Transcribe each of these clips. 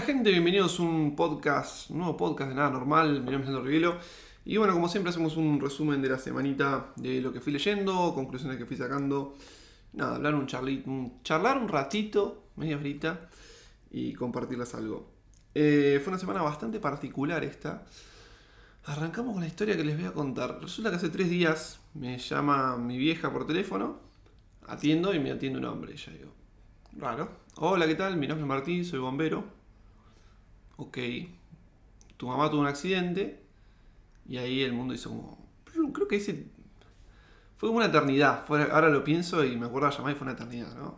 Buena gente, bienvenidos a un nuevo podcast de Nada Normal. Mi nombre es Leandro Rivielo. Y bueno, como siempre hacemos un resumen de la semanita de lo que fui leyendo, conclusiones que fui sacando. Nada, charlar un ratito, media horita, y compartirles algo. Fue una semana bastante particular esta. Arrancamos con la historia que les voy a contar. Resulta que hace 3 días me llama mi vieja por teléfono, atiendo y me atiende un hombre. Y ya digo, raro. Hola, ¿qué tal? Mi nombre es Martín, soy bombero. Ok, tu mamá tuvo un accidente y ahí el mundo hizo como... Creo que fue como una eternidad. Ahora lo pienso y me acuerdo de llamar y fue una eternidad, ¿no?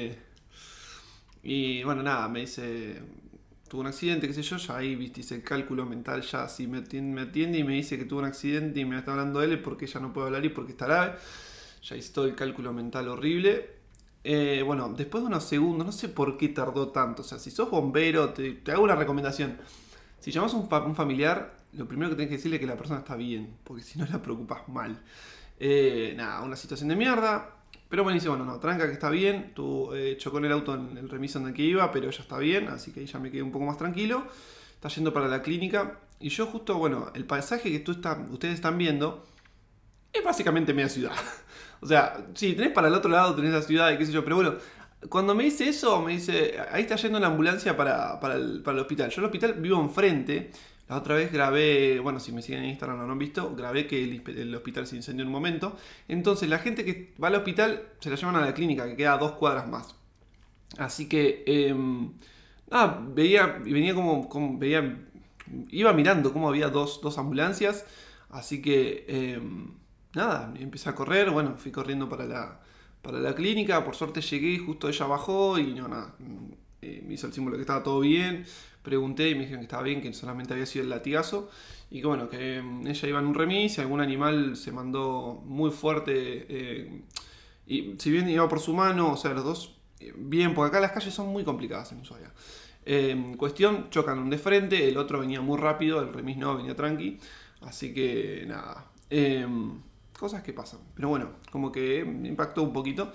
Y bueno, nada, me dice... Tuvo un accidente, qué sé yo, ya ahí viste, hice el cálculo mental, ya si me atiende y me dice que tuvo un accidente y me está hablando de él porque ella no puede hablar y porque está grave. Ya hice todo el cálculo mental horrible. Bueno, después de unos segundos, no sé por qué tardó tanto. O sea, si sos bombero, te hago una recomendación. Si llamas a un familiar, lo primero que tenés que decirle es que la persona está bien, porque si no la preocupas mal. Nada, una situación de mierda. Pero bueno, dice, bueno, no, tranca que está bien. Chocó en el auto en el remis en el que iba, pero ella está bien, así que ahí ya me quedé un poco más tranquilo. Está yendo para la clínica. Y yo justo, bueno, el paisaje que ustedes están viendo es básicamente media ciudad. O sea, sí, tenés para el otro lado, tenés la ciudad y qué sé yo, pero bueno, cuando me dice eso, me dice, ahí está yendo la ambulancia para el hospital. Yo el hospital vivo enfrente. La otra vez grabé, bueno, si me siguen en Instagram no lo han visto, grabé que el hospital se incendió en un momento. Entonces la gente que va al hospital se la llevan a la clínica, que queda a 2 cuadras más. Así que, nada, iba mirando cómo había dos ambulancias. Así que, nada, empecé a correr, bueno, fui corriendo para la clínica, por suerte llegué, justo ella bajó y no, nada, me hizo el símbolo que estaba todo bien, pregunté y me dijeron que estaba bien, que solamente había sido el latigazo y que bueno, que ella iba en un remis y algún animal se mandó muy fuerte y si bien iba por su mano, o sea, los dos, bien, porque acá las calles son muy complicadas en Ushuaia. Cuestión, chocan un de frente, el otro venía muy rápido, el remis no, venía tranqui, así que nada. Cosas que pasan. Pero bueno, como que me impactó un poquito.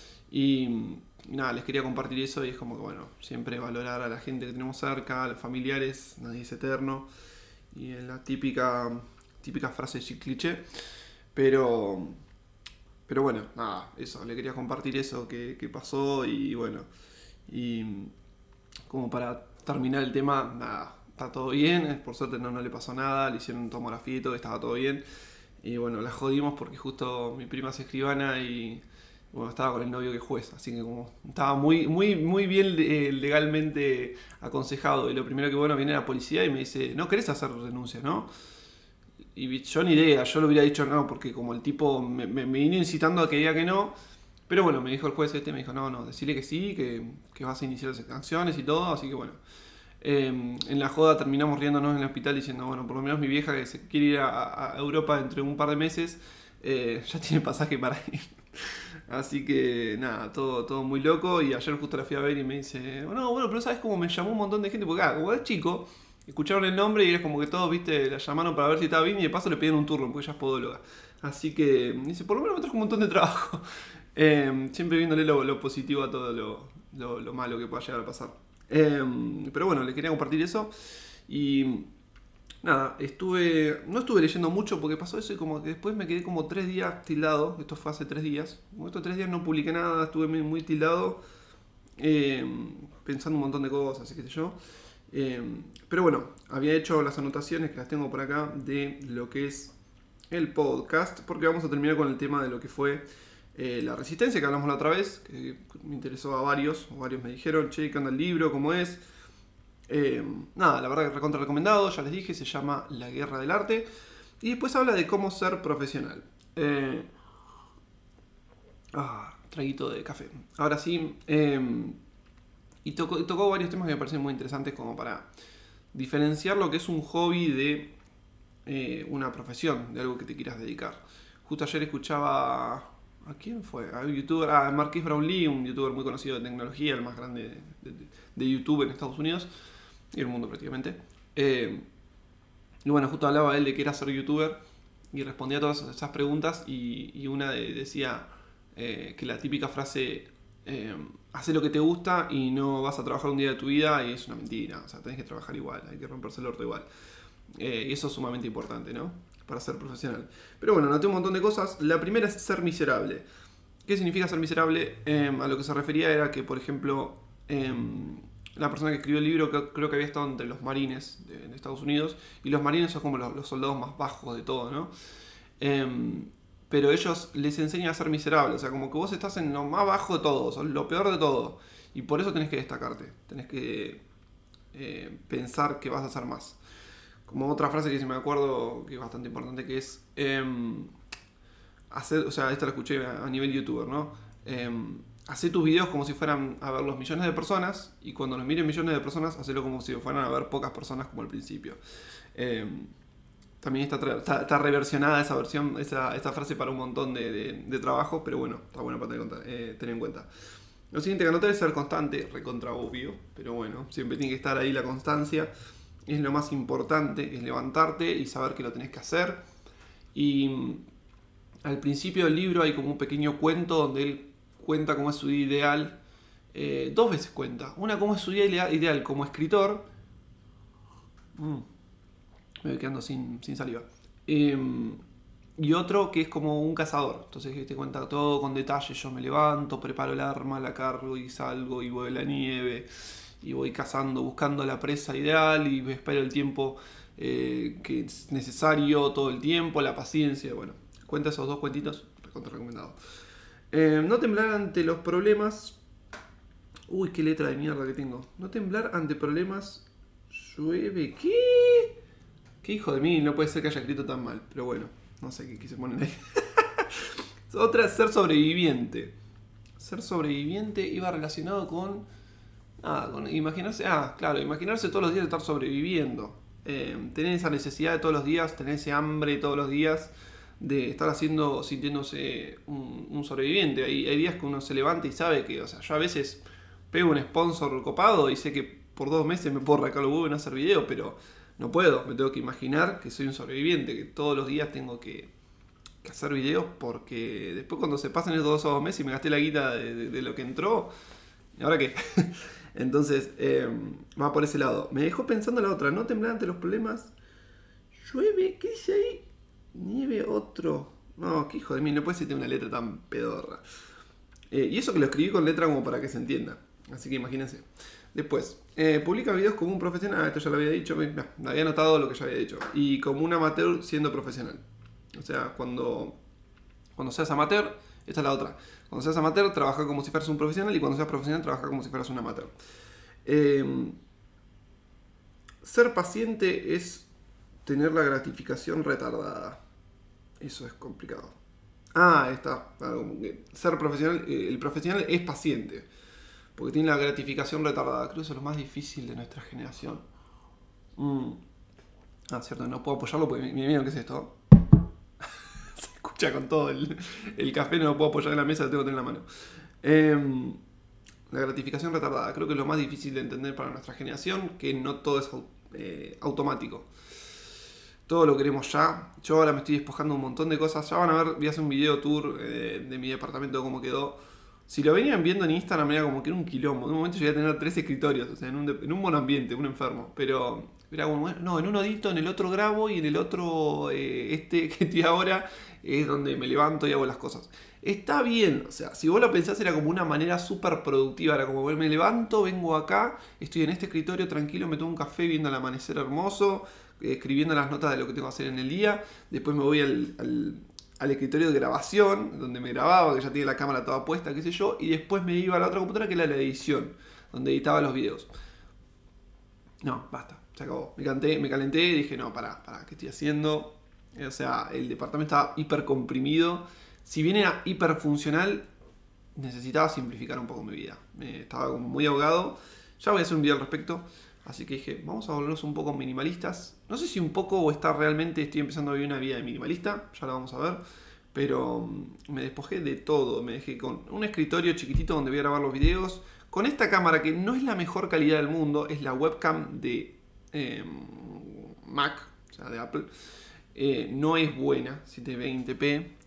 Y nada, les quería compartir eso. Y es como que bueno, siempre valorar a la gente que tenemos cerca, a los familiares, nadie es eterno. Y en la típica frase cliché. Pero, pero bueno, nada, eso, le quería compartir eso que pasó. Y bueno, y como para terminar el tema, nada, está todo bien. Por suerte no le pasó nada, le hicieron tomografía y todo, estaba todo bien. Y bueno, la jodimos porque justo mi prima es escribana y bueno, estaba con el novio que es juez, así que como estaba muy bien legalmente aconsejado. Y lo primero que bueno, viene la policía y me dice, no querés hacer renuncia, ¿no? Y yo ni idea, yo le hubiera dicho no, porque como el tipo me vino incitando a que diga que no. Pero bueno, me dijo el juez me dijo, no, decirle que sí, que vas a iniciar las acciones y todo, así que bueno. En la joda terminamos riéndonos en el hospital diciendo, bueno, por lo menos mi vieja que se quiere ir a Europa dentro de un par de meses, ya tiene pasaje para ir. Así que nada, todo muy loco. Y ayer justo la fui a ver y me dice, bueno, pero ¿sabes cómo me llamó un montón de gente? Porque como es chico, escucharon el nombre y es como que todos, viste, la llamaron para ver si estaba bien y de paso le pidieron un turno porque ella es podóloga. Así que me dice, por lo menos me trajo un montón de trabajo. Siempre viéndole lo positivo a todo lo malo que pueda llegar a pasar. Pero bueno, les quería compartir eso. Y nada, no estuve leyendo mucho porque pasó eso y como que después me quedé como 3 días tildado. Esto fue hace 3 días. Como estos 3 días no publiqué nada, estuve muy tildado. Pensando un montón de cosas y qué sé yo. Pero bueno, había hecho las anotaciones que las tengo por acá de lo que es el podcast. Porque vamos a terminar con el tema de lo que fue la resistencia que hablamos la otra vez, que me interesó a varios me dijeron, che, ¿qué anda el libro? ¿Cómo es? Nada, la verdad que recontra recomendado, ya les dije, se llama La Guerra del Arte. Y después habla de cómo ser profesional. Traguito de café. Ahora sí, y tocó varios temas que me parecen muy interesantes como para diferenciar lo que es un hobby de una profesión, de algo que te quieras dedicar. Justo ayer escuchaba... ¿A quién fue? A un youtuber, a Marquis Brownlee, un youtuber muy conocido de tecnología, el más grande de YouTube en Estados Unidos y el mundo prácticamente. Y bueno, justo hablaba él de que era ser youtuber y respondía a todas esas preguntas y una decía que la típica frase hacer lo que te gusta y no vas a trabajar un día de tu vida y es una mentira. O sea, tenés que trabajar igual, hay que romperse el orto igual. Y eso es sumamente importante, ¿no? Para ser profesional. Pero bueno, noté un montón de cosas. La primera es ser miserable. ¿Qué significa ser miserable? A lo que se refería era que, por ejemplo, la persona que escribió el libro creo que había estado entre los marines de Estados Unidos. Y los marines son como los soldados más bajos de todo, ¿no? Pero ellos les enseñan a ser miserables. O sea, como que vos estás en lo más bajo de todo, sos lo peor de todo. Y por eso tenés que destacarte. Tenés que pensar que vas a hacer más. Como otra frase que si me acuerdo que es bastante importante, que es hacer, o sea, esta la escuché a nivel youtuber, ¿no? Hacer tus videos como si fueran a ver los millones de personas, y cuando los miren millones de personas, hacerlo como si fueran a ver pocas personas como al principio. También está reversionada esa versión, esa frase para un montón de trabajo, pero bueno, está bueno para tener en cuenta. Lo siguiente que anotar es ser constante, recontra obvio, pero bueno, siempre tiene que estar ahí la constancia. Es lo más importante, es levantarte y saber que lo tenés que hacer. Y al principio del libro hay como un pequeño cuento donde él cuenta cómo es su día ideal. Dos veces cuenta. Una, cómo es su día ideal como escritor. Me voy quedando sin saliva. Y otro que es como un cazador. Entonces te cuenta todo con detalle. Yo me levanto, preparo el arma, la cargo y salgo y voy a la nieve. Y voy cazando, buscando la presa ideal y espero el tiempo que es necesario, todo el tiempo, la paciencia. Bueno, cuenta esos dos cuentitos, recontra recomendado. No temblar ante los problemas. Uy, qué letra de mierda que tengo. No temblar ante problemas. Llueve. ¿Qué? ¿Qué hijo de mí? No puede ser que haya escrito tan mal. Pero bueno, no sé qué quise poner ahí. Otra es ser sobreviviente. Ser sobreviviente iba relacionado con imaginarse, claro, imaginarse todos los días de estar sobreviviendo. Tener esa necesidad de todos los días, tener ese hambre todos los días de estar sintiéndose un sobreviviente. Hay días que uno se levanta y sabe que, o sea, yo a veces pego un sponsor copado y sé que por 2 meses me puedo arrancar los huevos y no hacer video, pero no puedo, me tengo que imaginar que soy un sobreviviente, que todos los días tengo que hacer videos porque después cuando se pasen esos 2 meses y me gasté la guita de lo que entró, ¿y ahora qué? Entonces, va por ese lado. Me dejó pensando la otra. No temblar ante los problemas. Llueve, ¿qué dice ahí? Nieve, otro. No, qué hijo de mí, no puede ser una letra tan pedorra. Y eso que lo escribí con letra como para que se entienda. Así que imagínense. Después, publica videos como un profesional. Esto ya lo había dicho. Me había notado lo que ya había dicho. Y como un amateur siendo profesional. O sea, cuando seas amateur, esta es la otra. Cuando seas amateur, trabaja como si fueras un profesional, y cuando seas profesional, trabaja como si fueras un amateur. Ser paciente es tener la gratificación retardada. Eso es complicado. Está. Ser profesional, el profesional es paciente, porque tiene la gratificación retardada. Creo que eso es lo más difícil de nuestra generación. Cierto, no puedo apoyarlo porque miren qué es esto. Ya con todo el café no lo puedo apoyar en la mesa, lo tengo que tener en la mano. La gratificación retardada, creo que es lo más difícil de entender para nuestra generación, que no todo es automático. Todo lo queremos ya. Yo ahora me estoy despojando un montón de cosas. Ya van a ver, voy a hacer un video tour de mi departamento, cómo quedó. Si lo venían viendo en Instagram era como que era un quilombo. En un momento llegué a tener 3 escritorios, o sea, en un monoambiente, un enfermo. Pero era como, no, en uno edito, en el otro grabo y en el otro, que estoy ahora, es donde me levanto y hago las cosas. Está bien, o sea, si vos lo pensás era como una manera súper productiva. Era como, me levanto, vengo acá, estoy en este escritorio tranquilo, me tomo un café viendo el amanecer hermoso, escribiendo las notas de lo que tengo que hacer en el día. Después me voy al escritorio de grabación, donde me grababa, que ya tiene la cámara toda puesta, qué sé yo, y después me iba a la otra computadora, que era la edición, donde editaba los videos. No, basta, se acabó. Me calenté y dije, no, pará, ¿qué estoy haciendo? O sea, el departamento estaba hiper comprimido. Si bien era hiper funcional, necesitaba simplificar un poco mi vida. Estaba como muy ahogado. Ya voy a hacer un video al respecto. Así que dije, vamos a volvernos un poco minimalistas. No sé si un poco o estoy empezando a vivir una vida de minimalista, ya lo vamos a ver. Pero me despojé de todo, me dejé con un escritorio chiquitito donde voy a grabar los videos. Con esta cámara que no es la mejor calidad del mundo, es la webcam de Mac, o sea de Apple. No es buena, 720p.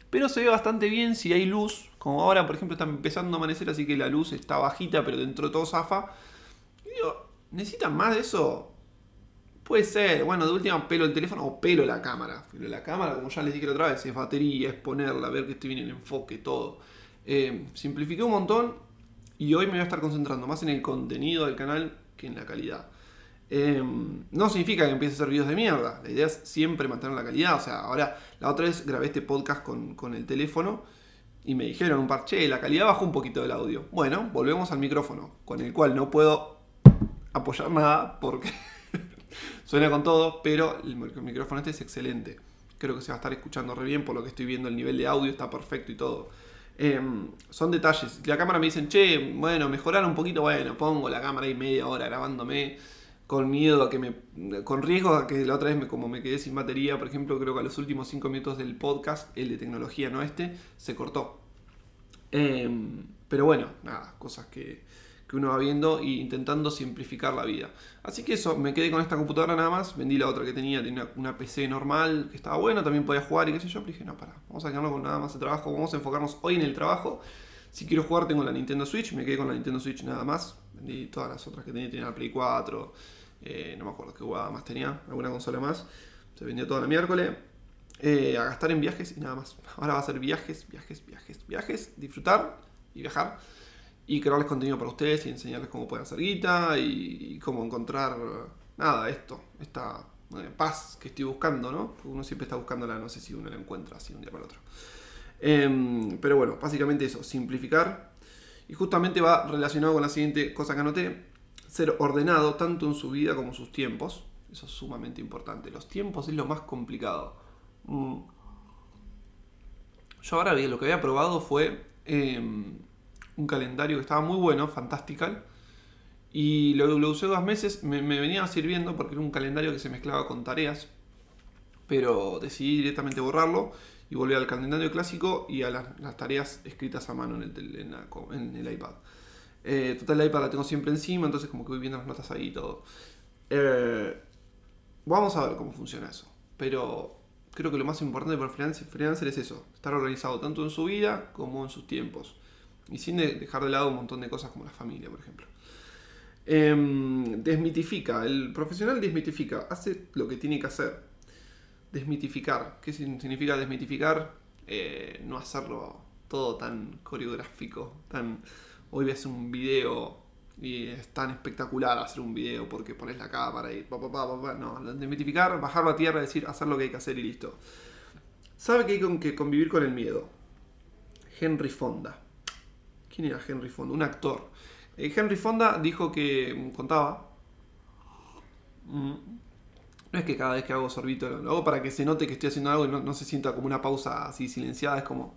pero se ve bastante bien si hay luz, como ahora por ejemplo está empezando a amanecer, así que la luz está bajita, pero dentro de todo zafa. Y digo, ¿necesitan más de eso? Puede ser, bueno, de última pelo el teléfono o pelo la cámara. Pero la cámara, como ya les dije la otra vez, es batería, es ponerla, ver que esté bien el enfoque, todo. Simplifiqué un montón y hoy me voy a estar concentrando más en el contenido del canal que en la calidad. No significa que empiece a hacer videos de mierda. La idea es siempre mantener la calidad. O sea, ahora, la otra vez grabé este podcast con el teléfono y me dijeron un par, che, la calidad bajó un poquito del audio. Bueno, volvemos al micrófono, con el cual no puedo apoyar nada porque suena con todo, pero el micrófono este es excelente. Creo que se va a estar escuchando re bien por lo que estoy viendo, el nivel de audio está perfecto y todo. Son detalles. La cámara me dicen, che, bueno, mejorar un poquito, bueno, pongo la cámara ahí media hora grabándome con miedo a que con riesgo a que la otra vez como me quedé sin batería, por ejemplo, creo que a los últimos 5 minutos del podcast, el de tecnología, no este, se cortó. Pero bueno, nada, cosas que uno va viendo e intentando simplificar la vida. Así que eso, me quedé con esta computadora nada más, vendí la otra que tenía una PC normal, que estaba buena, también podía jugar y qué sé yo, pero dije, no, pará, vamos a quedarnos con nada más de trabajo, vamos a enfocarnos hoy en el trabajo. Si quiero jugar tengo la Nintendo Switch, me quedé con la Nintendo Switch nada más, vendí todas las otras que tenía la Play 4, no me acuerdo qué jugada más tenía, alguna consola más, se vendió toda la miércoles. A gastar en viajes y nada más. Ahora va a ser viajes, disfrutar y viajar y crearles contenido para ustedes y enseñarles cómo pueden hacer guita y cómo encontrar esta paz que estoy buscando, ¿no? Porque uno siempre está buscándola, no sé si uno la encuentra así un día para otro. Pero bueno, básicamente eso, simplificar. Y justamente va relacionado con la siguiente cosa que anoté: ser ordenado tanto en su vida como en sus tiempos. Eso es sumamente importante. Los tiempos es lo más complicado. Yo ahora lo que había probado fue un calendario que estaba muy bueno, Fantastical, y lo usé 2 meses, me venía sirviendo porque era un calendario que se mezclaba con tareas, pero decidí directamente borrarlo y volver al calendario clásico y a las tareas escritas a mano en el iPad. Total, el iPad la tengo siempre encima, entonces como que voy viendo las notas ahí y todo. Vamos a ver cómo funciona eso, pero creo que lo más importante para el freelancer es eso, estar organizado tanto en su vida como en sus tiempos. Y sin dejar de lado un montón de cosas como la familia, por ejemplo. Desmitifica, el profesional desmitifica, hace lo que tiene que hacer. Desmitificar, ¿qué significa desmitificar? No hacerlo todo tan coreográfico, hoy voy a hacer un video y es tan espectacular hacer un video porque pones la cámara y no, desmitificar, bajarlo a tierra, decir, hacer lo que hay que hacer y listo. Sabe que hay que convivir con el miedo. Henry Fonda. ¿Quién era Henry Fonda? Un actor. Henry Fonda dijo que contaba. No es que cada vez que hago sorbito lo hago para que se note que estoy haciendo algo y no se sienta como una pausa así silenciada. Es como...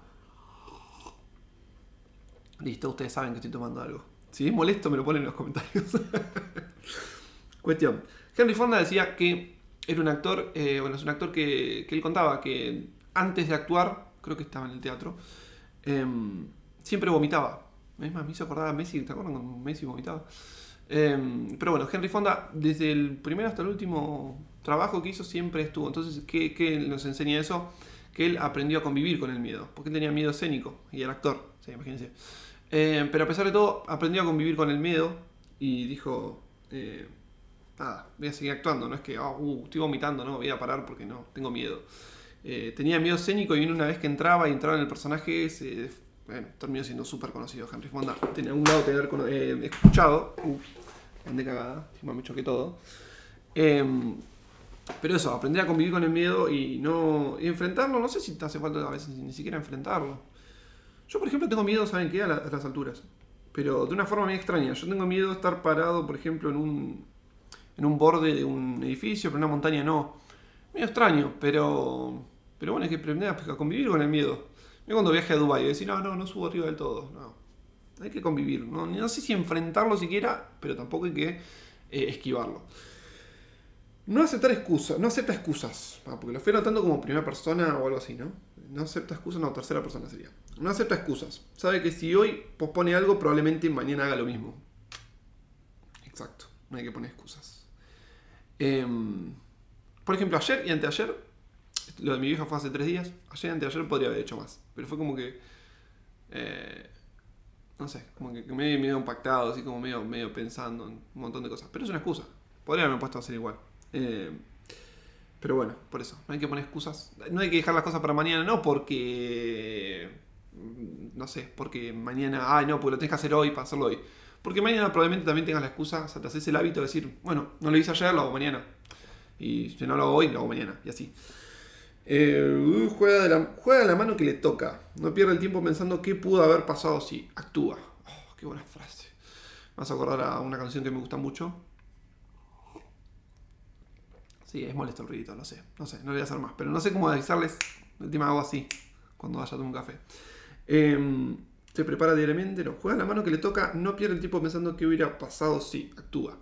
Listo, ustedes saben que estoy tomando algo. Si es molesto me lo ponen en los comentarios. Cuestión. Henry Fonda decía que era un actor, es un actor que él contaba que antes de actuar, creo que estaba en el teatro, siempre vomitaba. Es más, me hizo acordar a Messi, ¿te acuerdan cuando Messi vomitaba? Pero bueno, Henry Fonda, desde el primero hasta el último trabajo que hizo, siempre estuvo. Entonces, ¿qué nos enseña eso? Que él aprendió a convivir con el miedo, porque él tenía miedo escénico y era actor, sí, imagínense. Pero a pesar de todo, aprendió a convivir con el miedo y dijo, nada, voy a seguir actuando, no es que estoy vomitando, no, voy a parar porque no, tengo miedo. Tenía miedo escénico y una vez que entraba en el personaje, terminó siendo súper conocido Henry Fonda. En algún lado tener escuchado, andé cagada, encima me choqué todo. Pero eso, aprender a convivir con el miedo y enfrentarlo, no sé si te hace falta a veces ni siquiera enfrentarlo. Yo, por ejemplo, tengo miedo, ¿saben qué? A las alturas. Pero de una forma muy extraña. Yo tengo miedo de estar parado, por ejemplo, en un borde de un edificio, pero en una montaña no. Medio extraño, pero bueno, hay que aprender a convivir con el miedo. Yo cuando viaje a Dubái, decir, no subo arriba del todo. No. Hay que convivir. No sé si enfrentarlo siquiera, pero tampoco hay que esquivarlo. No aceptar excusas, no acepta excusas, porque lo fui notando como primera persona o algo así, ¿no? No acepta excusas, no, tercera persona sería. No acepta excusas. Sabe que si hoy pospone algo, probablemente mañana haga lo mismo. Exacto, no hay que poner excusas. Por ejemplo, ayer y anteayer, lo de mi vieja fue hace 3 días, ayer y anteayer podría haber hecho más. Pero fue como que... no sé, como que medio impactado, así como medio pensando en un montón de cosas. Pero es una excusa. Podría haberme puesto a hacer igual. Pero bueno, por eso. No hay que poner excusas. No hay que dejar las cosas para mañana, no porque... No sé, porque mañana... Ay, no, porque lo tenés que hacer hoy para hacerlo hoy. Porque mañana probablemente también tengas la excusa, o sea, te haces el hábito de decir, bueno, no lo hice ayer, lo hago mañana. Y si no lo hago hoy, lo hago mañana. Y así. Juega de la mano que le toca. No pierde el tiempo pensando qué pudo haber pasado si actúa. Oh, qué buena frase. Me vas a acordar a una canción que me gusta mucho. Sí, es molesto el ruidito, lo sé. No sé, no lo voy a hacer más. Pero no sé cómo avisarles. El tema hago así. Cuando vaya a tomar un café. Se prepara diariamente. No, juega la mano que le toca. No pierde el tiempo pensando qué hubiera pasado si actúa.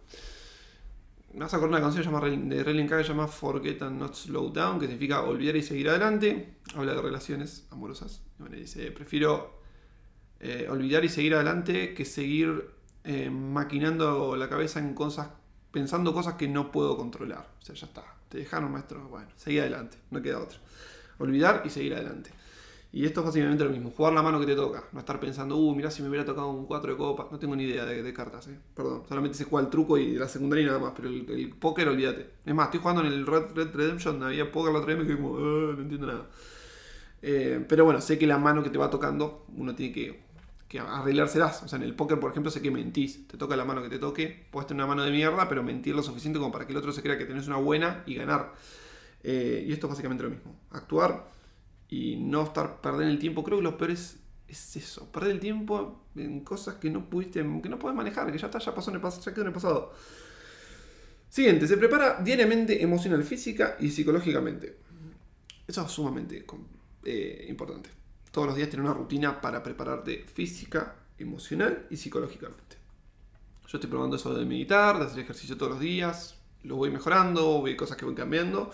Me vas a acordar una canción de Relin K que se llama Forget and Not Slow Down, que significa olvidar y seguir adelante. Habla de relaciones amorosas. Y bueno, dice, prefiero olvidar y seguir adelante que seguir maquinando la cabeza en cosas, pensando cosas que no puedo controlar. O sea, ya está. Te dejaron, maestro. Bueno, seguí adelante. No queda otra. Olvidar y seguir adelante. Y esto es básicamente lo mismo, jugar la mano que te toca, no estar pensando, mirá si me hubiera tocado un 4 de copas, no tengo ni idea de cartas, perdón, solamente sé jugar el truco y la secundaria y nada más, pero el póker olvídate. Es más, estoy jugando en el Red Redemption, había póker la otra vez y me quedé como, no entiendo nada. Pero bueno, sé que la mano que te va tocando, uno tiene que arreglárselas. O sea, en el póker, por ejemplo, sé que mentís, te toca la mano que te toque, puedes tener una mano de mierda, pero mentir lo suficiente como para que el otro se crea que tenés una buena y ganar. Y esto es básicamente lo mismo, actuar y no estar perdiendo el tiempo. Creo que lo peor es eso, perder el tiempo en cosas que no pudiste, que no podés manejar, que ya está, ya pasó en el pasado, ya quedó en el pasado. Siguiente, se prepara diariamente emocional, física y psicológicamente. Eso es sumamente importante. Todos los días tener una rutina para prepararte física, emocional y psicológicamente. Yo estoy probando eso de meditar, de hacer ejercicio todos los días, lo voy mejorando, veo cosas que voy cambiando.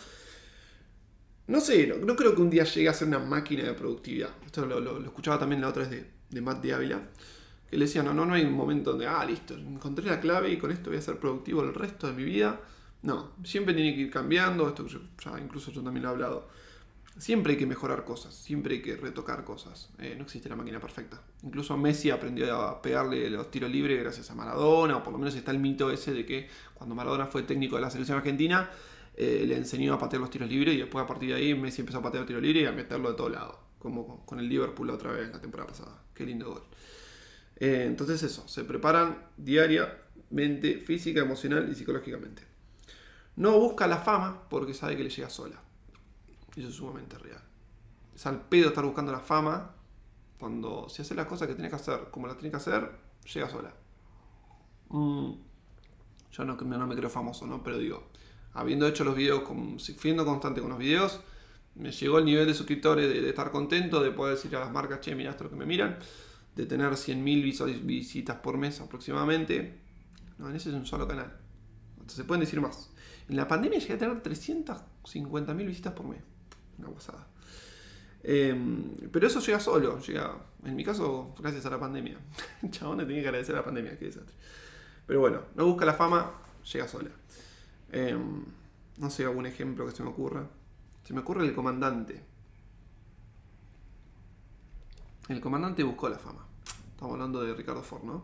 No sé, no creo que un día llegue a ser una máquina de productividad. Esto lo escuchaba también la otra vez de Matt de Ávila, que le decía, no hay un momento donde, listo, encontré la clave y con esto voy a ser productivo el resto de mi vida. No, siempre tiene que ir cambiando, esto ya incluso yo también lo he hablado. Siempre hay que mejorar cosas, siempre hay que retocar cosas. No existe la máquina perfecta. Incluso Messi aprendió a pegarle los tiros libres gracias a Maradona, o por lo menos está el mito ese de que cuando Maradona fue técnico de la selección argentina, le enseñó a patear los tiros libres y después a partir de ahí Messi empezó a patear los tiros libres y a meterlo de todo lado, como con el Liverpool otra vez la temporada pasada. Qué lindo gol. Entonces eso, se preparan diariamente, física, emocional y psicológicamente. No busca la fama porque sabe que le llega sola. Y eso es sumamente real. Es al pedo estar buscando la fama cuando si haces las cosas que tienes que hacer como las tienes que hacer, llega sola. Yo no me creo famoso, ¿no? Pero digo, habiendo hecho los videos, siendo constante con los videos, me llegó el nivel de suscriptores de estar contento, de poder decir a las marcas, che, mirá esto lo que me miran, de tener 100.000 visitas por mes aproximadamente. No, en ese es un solo canal. Entonces se pueden decir más. En la pandemia llegué a tener 350.000 visitas por mes. Una guasada. Pero eso llega solo. En mi caso, gracias a la pandemia. Chabón, le tenía que agradecer a la pandemia. Qué desastre. Pero bueno, no busca la fama, llega sola. No sé, algún ejemplo que se me ocurra. Se me ocurre el comandante. El comandante buscó la fama. Estamos hablando de Ricardo Ford, ¿no?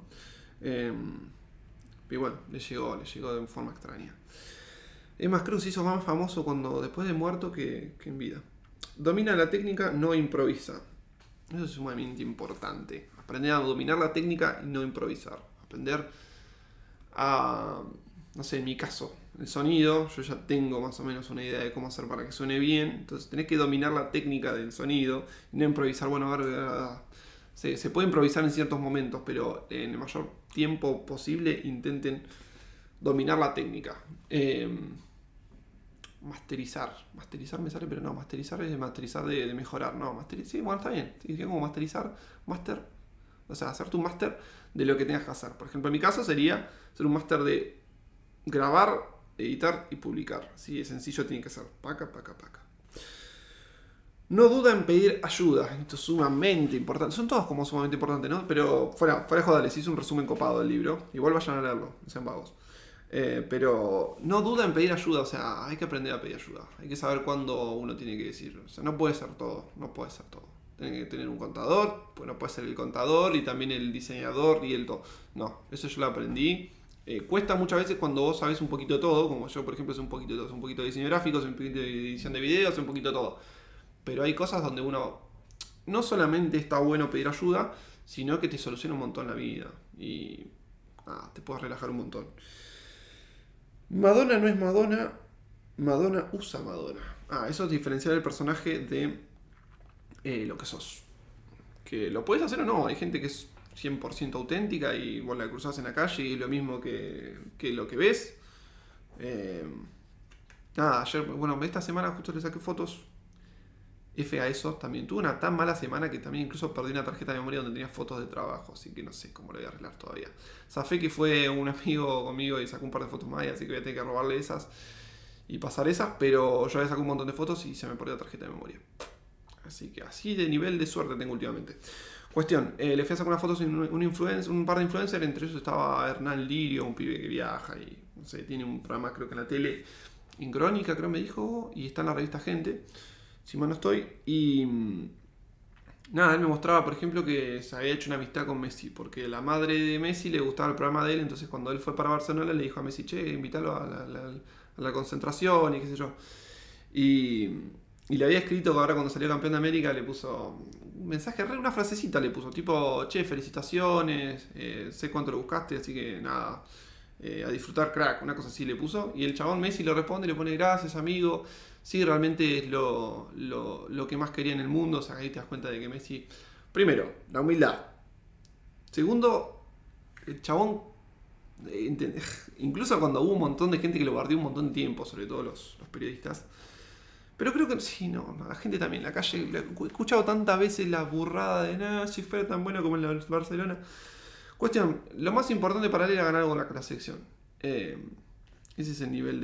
Y bueno, le llegó de forma extraña. Es más, creo que se hizo más famoso después de muerto que en vida. Domina la técnica, no improvisa. Eso es sumamente importante. Aprender a dominar la técnica y no improvisar. Aprender a, no sé, en mi caso, el sonido. Yo ya tengo más o menos una idea de cómo hacer para que suene bien. Entonces tenés que dominar la técnica del sonido y no improvisar. Bueno, a ver, se puede improvisar en ciertos momentos, pero en el mayor tiempo posible intenten dominar la técnica. Masterizar me sale, pero no, masterizar es de masterizar de mejorar, no, sí, bueno, está bien, sería como masterizar, o sea, hacer tu máster de lo que tengas que hacer. Por ejemplo, en mi caso sería hacer un máster de grabar, editar y publicar. Así de sencillo tiene que ser, paca. No duda en pedir ayuda, esto es sumamente importante, son todos como sumamente importantes, ¿no? Pero fuera de joder, les hice un resumen copado del libro, igual vayan a leerlo, no sean vagos. Pero no duda en pedir ayuda, o sea, hay que aprender a pedir ayuda. Hay que saber cuándo uno tiene que decir. O sea, no puede ser todo. Tenés que tener un contador, pues no puede ser el contador y también el diseñador y el todo. No, eso yo lo aprendí. Cuesta muchas veces cuando vos sabés un poquito de todo, como yo por ejemplo sé un poquito de todo, sé un poquito de diseño gráfico, sé un poquito de edición de videos, sé un poquito de todo. Pero hay cosas donde uno no solamente está bueno pedir ayuda, sino que te soluciona un montón la vida. Y te puedes relajar un montón. Madonna no es Madonna, Madonna usa Madonna. Eso es diferenciar el personaje de lo que sos. Que lo puedes hacer o no, hay gente que es 100% auténtica y vos la cruzás en la calle y es lo mismo que lo que ves. Ayer, bueno, esta semana justo le saqué fotos. A eso también tuve una tan mala semana que también incluso perdí una tarjeta de memoria donde tenía fotos de trabajo, así que no sé cómo lo voy a arreglar todavía. Zafé que fue un amigo conmigo y sacó un par de fotos más, así que voy a tener que robarle esas y pasar esas, pero yo había sacado un montón de fotos y se me perdió la tarjeta de memoria. Así que así de nivel de suerte tengo últimamente. Cuestión, le fui a sacar unas fotos en un par de influencers, entre ellos estaba Hernán Lirio, un pibe que viaja y no sé, tiene un programa creo que en la tele, en Crónica creo me dijo, y está en la revista Gente, si mal no estoy, y nada, él me mostraba por ejemplo que se había hecho una amistad con Messi, porque la madre de Messi le gustaba el programa de él, entonces cuando él fue para Barcelona le dijo a Messi, che, invítalo a la concentración y qué sé yo. Y le había escrito que ahora cuando salió campeón de América le puso un mensaje, una frasecita le puso, tipo, che, felicitaciones, sé cuánto lo buscaste, así que nada, a disfrutar crack, una cosa así le puso. Y el chabón Messi le responde y le pone gracias amigo, sí, realmente es lo que más quería en el mundo, o sea, ahí te das cuenta de que Messi, primero, la humildad. Segundo, el chabón, incluso cuando hubo un montón de gente que lo guardió un montón de tiempo, sobre todo los periodistas, pero creo que sí, no, la gente también, la calle, he escuchado tantas veces la burrada de nada, si fuera tan bueno como en la Barcelona. Cuestión, lo más importante para él era ganar con la selección. Ese es el nivel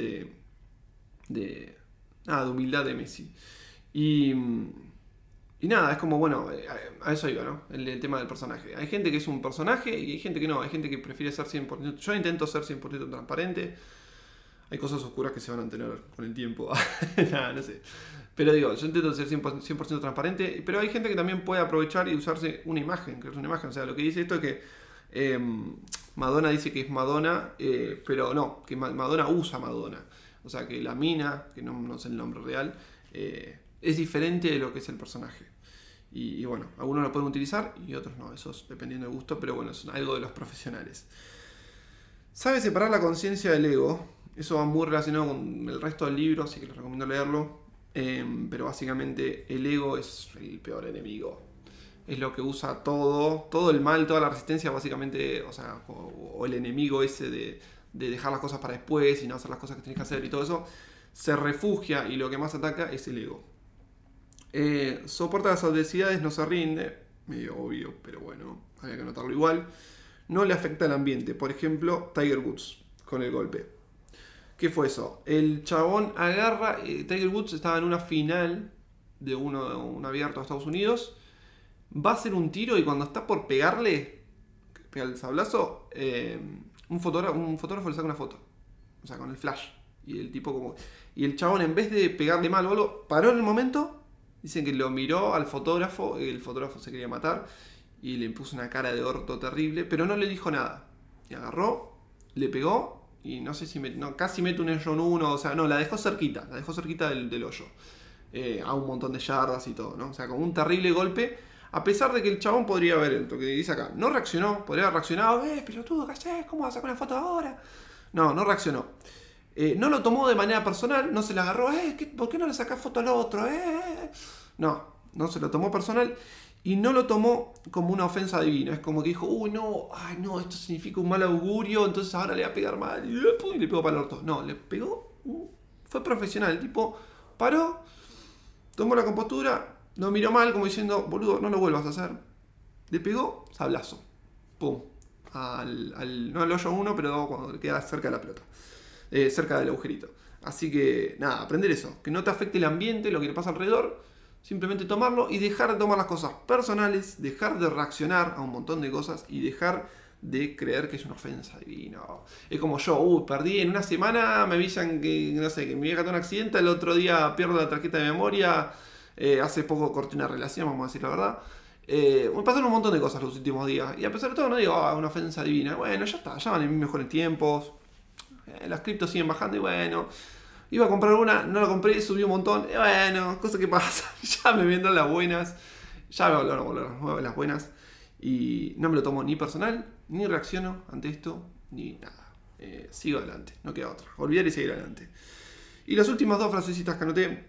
de humildad de Messi. Y nada, es como, bueno, a eso iba, ¿no? El tema del personaje. Hay gente que es un personaje y hay gente que no, hay gente que prefiere ser 100%. Yo intento ser 100% transparente. Hay cosas oscuras que se van a tener con el tiempo. Nada, no sé. Pero digo, yo intento ser 100% transparente. Pero hay gente que también puede aprovechar y usarse una imagen. Que es una imagen. O sea, lo que dice esto es que Madonna dice que es Madonna. Pero no, que Madonna usa Madonna. O sea, que la mina, que no sé el nombre real, es diferente de lo que es el personaje. Y bueno, algunos lo pueden utilizar y otros no. Eso es dependiendo del gusto. Pero bueno, es algo de los profesionales. ¿Sabe separar la conciencia del ego? Eso va muy relacionado con el resto del libro, así que les recomiendo leerlo. Pero básicamente el ego es el peor enemigo. Es lo que usa todo el mal, toda la resistencia, básicamente, o sea, o el enemigo ese de dejar las cosas para después y no hacer las cosas que tienes que hacer y todo eso, se refugia y lo que más ataca es el ego. Soporta las adversidades, no se rinde, medio obvio, pero bueno, había que notarlo igual. No le afecta al ambiente, por ejemplo, Tiger Woods con el golpe. ¿Qué fue eso? El chabón agarra, Tiger Woods estaba en una final de un abierto de Estados Unidos, va a hacer un tiro y cuando está por pega el sablazo, un fotógrafo le saca una foto, o sea, con el flash. Y el chabón en vez de pegarle mal o algo, paró en el momento, dicen que lo miró al fotógrafo, el fotógrafo se quería matar y le puso una cara de orto terrible, pero no le dijo nada. Y agarró, le pegó. Y no sé si casi mete un hoyo en uno, o sea, no, la dejó cerquita del hoyo. A un montón de yardas y todo, ¿no? O sea, con un terrible golpe, a pesar de que el chabón podría haber, lo que dice acá, no reaccionó, podría haber reaccionado, pelotudo, ¿qué haces? ¿Cómo vas a sacar una foto ahora? No reaccionó. No lo tomó de manera personal, no se la agarró, ¿por qué no le sacás foto al otro? No se lo tomó personal. Y no lo tomó como una ofensa divina. Es como que dijo, no, esto significa un mal augurio, entonces ahora le va a pegar mal. Y le pegó para el orto. No, le pegó, fue profesional. El tipo paró, tomó la compostura, lo miró mal como diciendo, boludo, no lo vuelvas a hacer. Le pegó, sablazo. Pum. No al hoyo 1, pero cuando queda cerca de la pelota. Cerca del agujerito. Así que, nada, aprender eso. Que no te afecte el ambiente, lo que le pasa alrededor. Simplemente tomarlo y dejar de tomar las cosas personales, dejar de reaccionar a un montón de cosas y dejar de creer que es una ofensa divina. Es como yo, perdí en una semana, me avisan que, no sé, que me vieja tuvo un accidente, el otro día pierdo la tarjeta de memoria, Hace poco corté una relación, vamos a decir la verdad. Me pasaron un montón de cosas los últimos días. Y a pesar de todo no digo, una ofensa divina. Bueno, ya está, ya van en mis mejores tiempos. Las criptos siguen bajando y bueno. Iba a comprar una, no la compré, subió un montón. Y bueno, cosa que pasa. Ya me vendrán las buenas. Ya me volver las buenas. Y no me lo tomo ni personal, ni reacciono ante esto, ni nada. Sigo adelante, no queda otra. Olvidar y seguir adelante. Y las últimas dos frasecitas que anoté.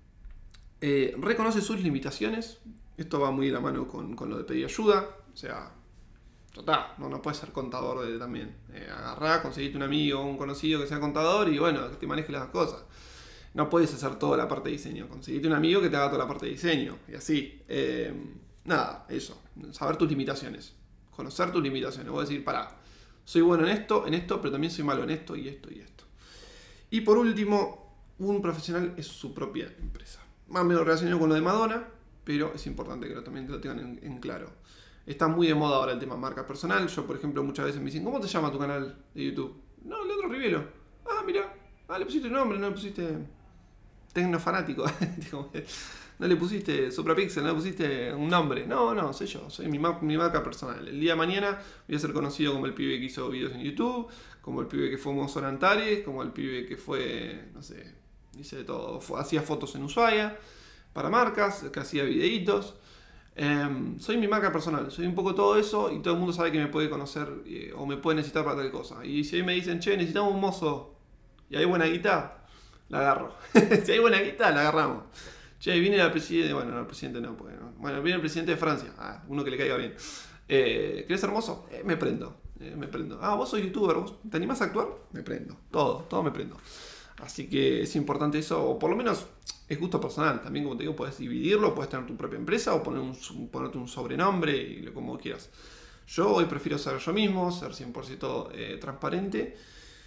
Reconoce sus limitaciones. Esto va muy de la mano con lo de pedir ayuda. O sea, total, no puedes ser contador también. Agarrá, conseguiste un amigo o un conocido que sea contador y bueno, que te maneje las cosas. No puedes hacer toda la parte de diseño. Conseguiste un amigo que te haga toda la parte de diseño. Y así. Nada, eso. Saber tus limitaciones. Conocer tus limitaciones. Voy a decir, pará, soy bueno en esto, pero también soy malo en esto y esto y esto. Y por último, un profesional es su propia empresa. Más o menos relacionado con lo de Madonna, pero es importante que también lo tengan en claro. Está muy de moda ahora el tema marca personal. Yo, por ejemplo, muchas veces me dicen, ¿cómo te llama tu canal de YouTube? No, Leandro Rivelo. Ah, mira. Ah, le pusiste nombre, no le pusiste Tecnofanático. No le pusiste Suprapixel, no le pusiste un nombre. No, soy yo, soy mi marca personal. El día de mañana voy a ser conocido como el pibe que hizo videos en YouTube, como el pibe que fue Monzón Antares, como el pibe que fue, no sé, hice de todo. Hacía fotos en Ushuaia para marcas, que hacía videitos. Soy mi marca personal, soy un poco todo eso y todo el mundo sabe que me puede conocer o me puede necesitar para tal cosa. Y si ahí me dicen, che, necesitamos un mozo y hay buena guita, la agarro. Si hay buena guita, la agarramos. Che, viene el presidente, bueno, el presidente no, porque no. Bueno, viene el presidente de Francia, uno que le caiga bien. ¿Querés ser hermoso? Me prendo. Vos sos youtuber, ¿vos te animás a actuar? Me prendo. Todo me prendo. Así que es importante eso, o por lo menos es gusto personal. También, como te digo, puedes dividirlo, puedes tener tu propia empresa o ponerte un sobrenombre y como quieras. Yo hoy prefiero ser yo mismo, ser 100% transparente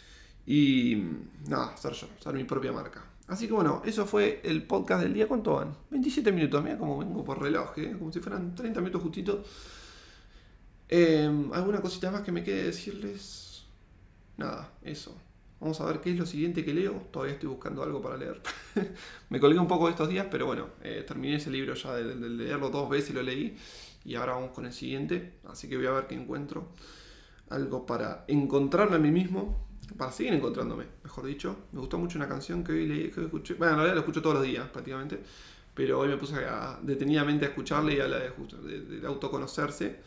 y nada, ser yo, ser mi propia marca. Así que bueno, eso fue el podcast del día. ¿Cuánto van? 27 minutos, mira como vengo por reloj, como si fueran 30 minutos justitos. ¿Alguna cosita más que me quede decirles? Nada, eso. Vamos a ver qué es lo siguiente que leo. Todavía estoy buscando algo para leer. Me colgué un poco estos días, pero bueno, terminé ese libro ya de leerlo 2 veces y lo leí. Y ahora vamos con el siguiente. Así que voy a ver qué encuentro. Algo para encontrarme a mí mismo. Para seguir encontrándome, mejor dicho. Me gustó mucho una canción que hoy leí, que escuché. Bueno, en realidad lo escucho todos los días prácticamente. Pero hoy me puse detenidamente a escucharle y a hablar de autoconocerse.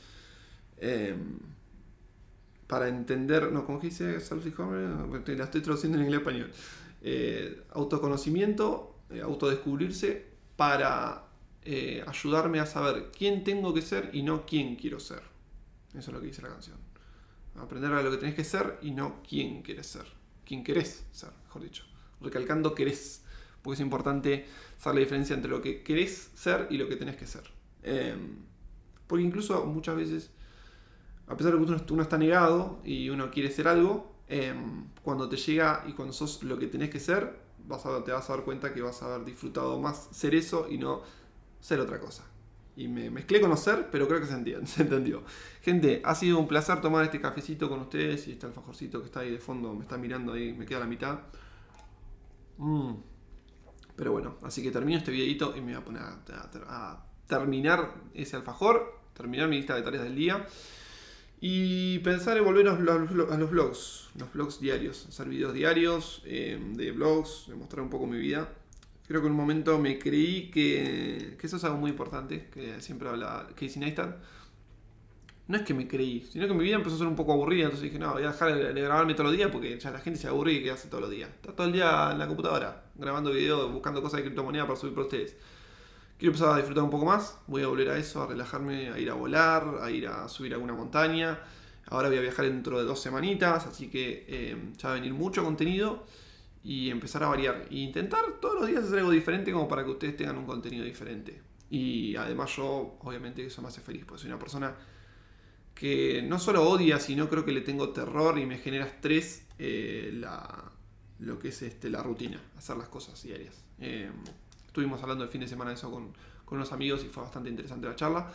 Para entender, no, ¿cómo que dice? La estoy traduciendo en inglés español. Autoconocimiento, autodescubrirse para ayudarme a saber quién tengo que ser y no quién quiero ser. Eso es lo que dice la canción. Aprender a lo que tenés que ser y no quién querés ser. Quién querés ser, mejor dicho. Recalcando querés, porque es importante saber la diferencia entre lo que querés ser y lo que tenés que ser. Porque incluso muchas veces, a pesar de que uno está negado y uno quiere ser algo, cuando te llega y cuando sos lo que tenés que ser, te vas a dar cuenta que vas a haber disfrutado más ser eso y no ser otra cosa. Y me mezclé con los ser, pero creo que se entendió. Gente, ha sido un placer tomar este cafecito con ustedes. Y está el alfajorcito que está ahí de fondo, me está mirando ahí, me queda la mitad. Pero bueno, así que termino este videito y me voy a poner a terminar ese alfajor, terminar mi lista de tareas del día. Y pensar en volver a los vlogs diarios, hacer videos diarios de vlogs, de mostrar un poco mi vida. Creo que en un momento me creí que eso es algo muy importante, que siempre habla Casey Neistat. No es que me creí, sino que mi vida empezó a ser un poco aburrida, entonces dije, no, voy a dejar de grabarme todos los días porque ya la gente se aburre y que hace todos los días. Está todo el día en la computadora, grabando videos, buscando cosas de criptomoneda para subir para ustedes. Quiero empezar a disfrutar un poco más, voy a volver a eso, a relajarme, a ir a volar, a ir a subir a alguna montaña. Ahora voy a viajar dentro de 2 semanitas, así que ya va a venir mucho contenido. Y empezar a variar e intentar todos los días hacer algo diferente como para que ustedes tengan un contenido diferente. Y además yo, obviamente, eso me hace feliz, porque soy una persona que no solo odia, sino creo que le tengo terror y me genera estrés lo que es la rutina, hacer las cosas diarias. Estuvimos hablando el fin de semana de eso con unos amigos y fue bastante interesante la charla.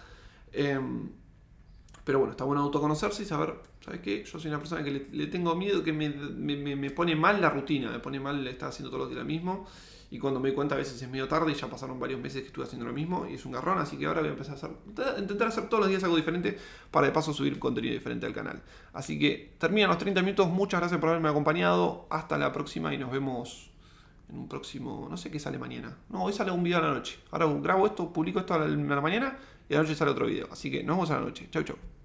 Pero bueno, está bueno autoconocerse y saber, ¿sabes qué? Yo soy una persona que le tengo miedo, que me pone mal la rutina, me pone mal estar haciendo todos los días lo mismo. Y cuando me di cuenta a veces es medio tarde y ya pasaron varios meses que estuve haciendo lo mismo y es un garrón, así que ahora voy a empezar intentar hacer todos los días algo diferente para de paso subir contenido diferente al canal. Así que terminan los 30 minutos, muchas gracias por haberme acompañado, hasta la próxima y nos vemos en un próximo, no sé qué sale mañana. No, hoy sale un video a la noche. Ahora grabo esto, publico esto a la mañana y a la noche sale otro video. Así que nos vemos a la noche. Chau, chau.